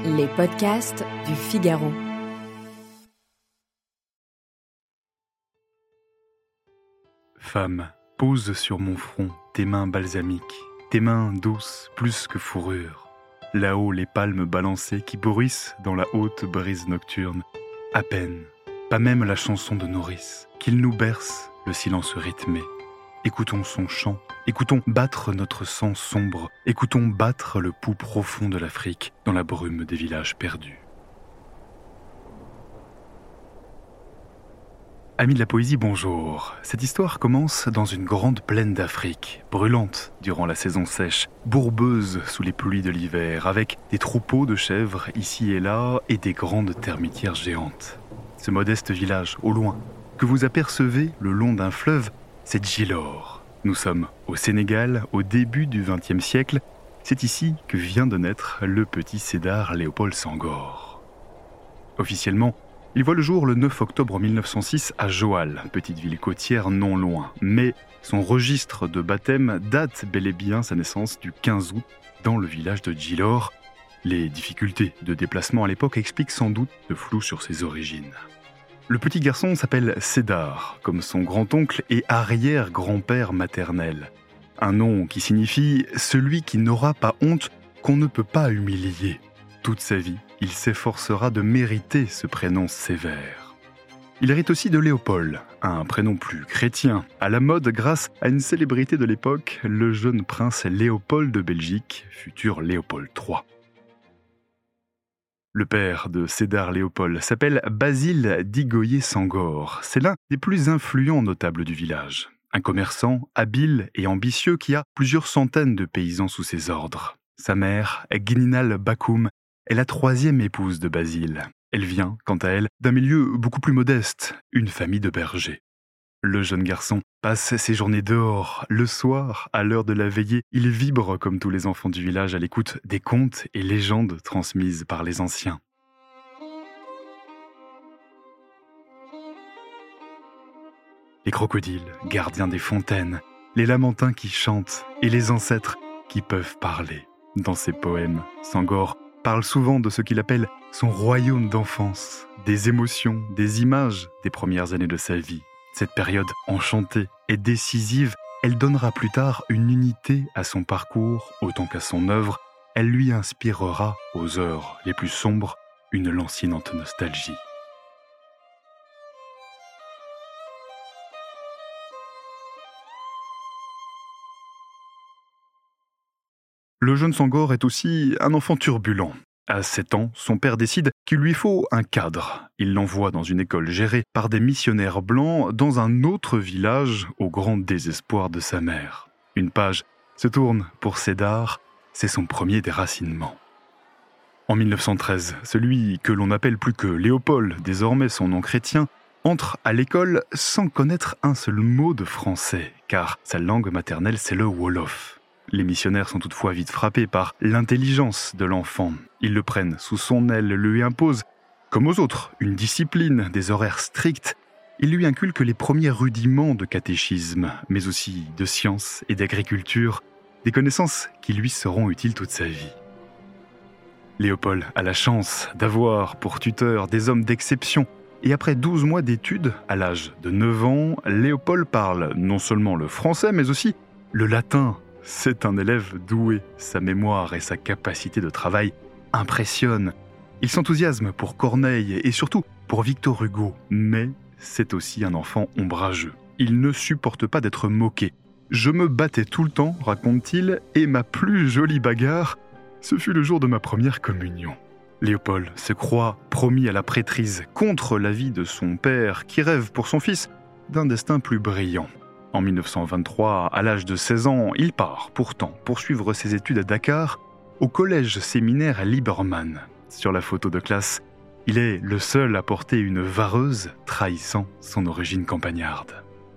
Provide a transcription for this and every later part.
Les podcasts du Figaro. Femme, pose sur mon front tes mains balsamiques, tes mains douces plus que fourrure. Là-haut les palmes balancées qui bruissent dans la haute brise nocturne. À peine, pas même la chanson de nourrice, qu'il nous berce le silence rythmé. Écoutons son chant, écoutons battre notre sang sombre, écoutons battre le pouls profond de l'Afrique dans la brume des villages perdus. Amis de la poésie, bonjour. Cette histoire commence dans une grande plaine d'Afrique, brûlante durant la saison sèche, bourbeuse sous les pluies de l'hiver, avec des troupeaux de chèvres ici et là et des grandes termitières géantes. Ce modeste village, au loin, que vous apercevez le long d'un fleuve, c'est Djilor. Nous sommes au Sénégal, au début du XXe siècle. C'est ici que vient de naître le petit Sédar Léopold Senghor. Officiellement, il voit le jour le 9 octobre 1906 à Joal, petite ville côtière non loin. Mais son registre de baptême date bel et bien sa naissance du 15 août dans le village de Djilor. Les difficultés de déplacement à l'époque expliquent sans doute le flou sur ses origines. Le petit garçon s'appelle Sédar, comme son grand-oncle et arrière-grand-père maternel. Un nom qui signifie « celui qui n'aura pas honte, qu'on ne peut pas humilier ». Toute sa vie, il s'efforcera de mériter ce prénom sévère. Il hérite aussi de Léopold, un prénom plus chrétien, à la mode grâce à une célébrité de l'époque, le jeune prince Léopold de Belgique, futur Léopold III. Le père de Sédar Léopold s'appelle Basile d'Igoyer Senghor. C'est l'un des plus influents notables du village. Un commerçant habile et ambitieux qui a plusieurs centaines de paysans sous ses ordres. Sa mère, Gninal Bakoum, est la troisième épouse de Basile. Elle vient, quant à elle, d'un milieu beaucoup plus modeste, une famille de bergers. Le jeune garçon passe ses journées dehors. Le soir, à l'heure de la veillée, il vibre comme tous les enfants du village à l'écoute des contes et légendes transmises par les anciens. Les crocodiles, gardiens des fontaines, les lamentins qui chantent et les ancêtres qui peuvent parler. Dans ses poèmes, Senghor parle souvent de ce qu'il appelle son royaume d'enfance, des émotions, des images des premières années de sa vie. Cette période enchantée et décisive, elle donnera plus tard une unité à son parcours autant qu'à son œuvre. Elle lui inspirera, aux heures les plus sombres, une lancinante nostalgie. Le jeune Senghor est aussi un enfant turbulent. À 7 ans, son père décide qu'il lui faut un cadre. Il l'envoie dans une école gérée par des missionnaires blancs dans un autre village au grand désespoir de sa mère. Une page se tourne pour Sédar, c'est son premier déracinement. En 1913, celui que l'on n'appelle plus que Léopold, désormais son nom chrétien, entre à l'école sans connaître un seul mot de français, car sa langue maternelle c'est le Wolof. Les missionnaires sont toutefois vite frappés par l'intelligence de l'enfant. Ils le prennent sous son aile, lui imposent, comme aux autres, une discipline, des horaires stricts. Ils lui inculquent les premiers rudiments de catéchisme, mais aussi de science et d'agriculture, des connaissances qui lui seront utiles toute sa vie. Léopold a la chance d'avoir pour tuteur des hommes d'exception. Et après 12 mois d'études, à l'âge de 9 ans, Léopold parle non seulement le français, mais aussi le latin. C'est un élève doué, sa mémoire et sa capacité de travail impressionnent. Il s'enthousiasme pour Corneille et surtout pour Victor Hugo, mais c'est aussi un enfant ombrageux. Il ne supporte pas d'être moqué. « Je me battais tout le temps », raconte-t-il, « et ma plus jolie bagarre, ce fut le jour de ma première communion ». Léopold se croit promis à la prêtrise contre l'avis de son père qui rêve pour son fils d'un destin plus brillant. En 1923, à l'âge de 16 ans, il part pourtant poursuivre ses études à Dakar, au collège séminaire Liebermann. Sur la photo de classe, il est le seul à porter une vareuse trahissant son origine campagnarde.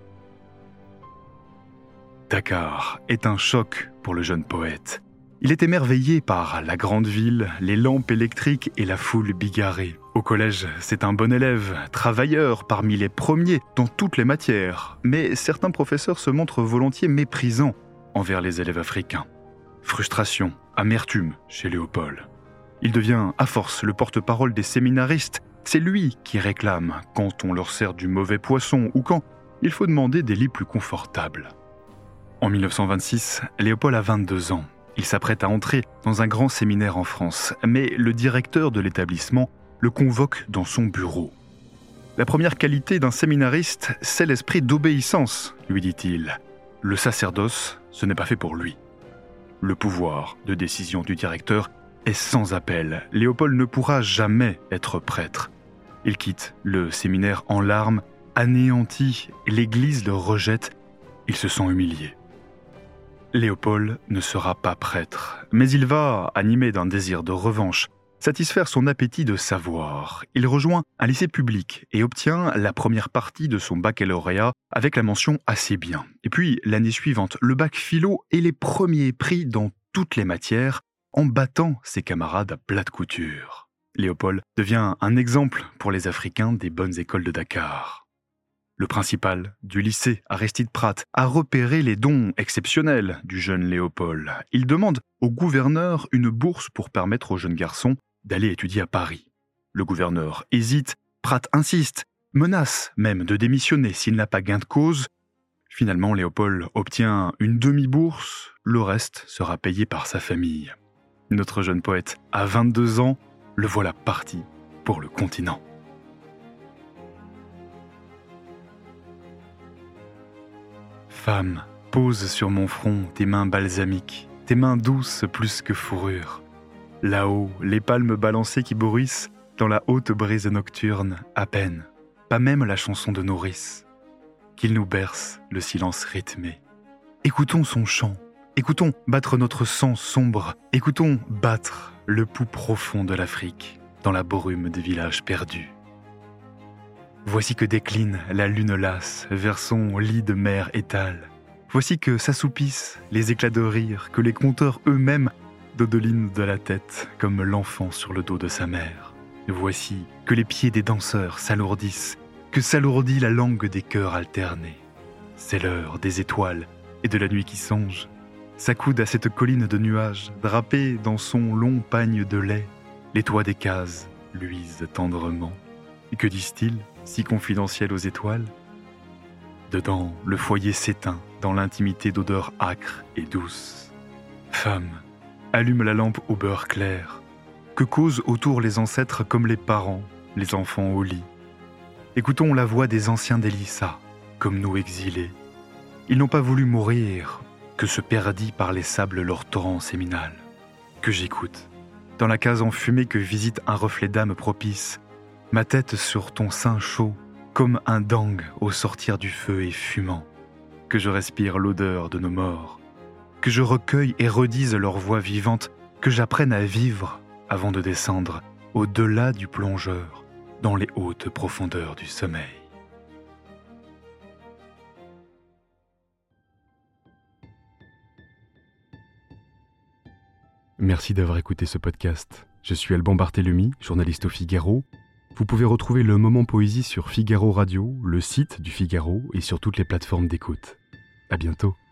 Dakar est un choc pour le jeune poète. Il est émerveillé par la grande ville, les lampes électriques et la foule bigarrée. Au collège, c'est un bon élève, travailleur parmi les premiers dans toutes les matières. Mais certains professeurs se montrent volontiers méprisants envers les élèves africains. Frustration, amertume chez Léopold. Il devient à force le porte-parole des séminaristes. C'est lui qui réclame quand on leur sert du mauvais poisson ou quand il faut demander des lits plus confortables. En 1926, Léopold a 22 ans. Il s'apprête à entrer dans un grand séminaire en France, mais le directeur de l'établissement le convoque dans son bureau. « La première qualité d'un séminariste, c'est l'esprit d'obéissance, lui dit-il. Le sacerdoce, ce n'est pas fait pour lui. » Le pouvoir de décision du directeur est sans appel. Léopold ne pourra jamais être prêtre. Il quitte le séminaire en larmes, anéanti, l'Église le rejette, il se sent humilié. Léopold ne sera pas prêtre, mais il va, animé d'un désir de revanche, satisfaire son appétit de savoir. Il rejoint un lycée public et obtient la première partie de son baccalauréat avec la mention « assez bien ». Et puis, l'année suivante, le bac philo et les premiers prix dans toutes les matières, en battant ses camarades à plat de couture. Léopold devient un exemple pour les Africains des bonnes écoles de Dakar. Le principal du lycée, Aristide Prat, a repéré les dons exceptionnels du jeune Léopold. Il demande au gouverneur une bourse pour permettre au jeune garçon d'aller étudier à Paris. Le gouverneur hésite, Prat insiste, menace même de démissionner s'il n'a pas gain de cause. Finalement, Léopold obtient une demi-bourse, le reste sera payé par sa famille. Notre jeune poète, à 22 ans, le voilà parti pour le continent. Femme, pose sur mon front tes mains balsamiques, tes mains douces plus que fourrure. Là-haut, les palmes balancées qui bruissent dans la haute brise nocturne, à peine, pas même la chanson de nourrice. Qu'il nous berce le silence rythmé. Écoutons son chant, écoutons battre notre sang sombre, écoutons battre le pouls profond de l'Afrique dans la brume des villages perdus. Voici que décline la lune lasse vers son lit de mer étale. Voici que s'assoupissent les éclats de rire que les conteurs eux-mêmes dodelinent de la tête comme l'enfant sur le dos de sa mère. Voici que les pieds des danseurs s'alourdissent, que s'alourdit la langue des chœurs alternés. C'est l'heure des étoiles et de la nuit qui songe. S'accoude à cette colline de nuages, drapée dans son long pagne de lait. Les toits des cases luisent tendrement. Et que disent-ils, si confidentiels aux étoiles ? Dedans, le foyer s'éteint dans l'intimité d'odeurs âcres et douces. Femme, allume la lampe au beurre clair. Que causent autour les ancêtres comme les parents, les enfants au lit. Écoutons la voix des anciens d'Élissa, comme nous exilés. Ils n'ont pas voulu mourir, que se perdit par les sables leur torrent séminal. Que j'écoute, dans la case enfumée que visite un reflet d'âme propice, ma tête sur ton sein chaud, comme un dang au sortir du feu et fumant. Que je respire l'odeur de nos morts. Que je recueille et redise leur voix vivante. Que j'apprenne à vivre avant de descendre au-delà du plongeur, dans les hautes profondeurs du sommeil. Merci d'avoir écouté ce podcast. Je suis Alban Barthélemy, journaliste au Figaro. Vous pouvez retrouver le Moment Poésie sur Figaro Radio, le site du Figaro et sur toutes les plateformes d'écoute. À bientôt.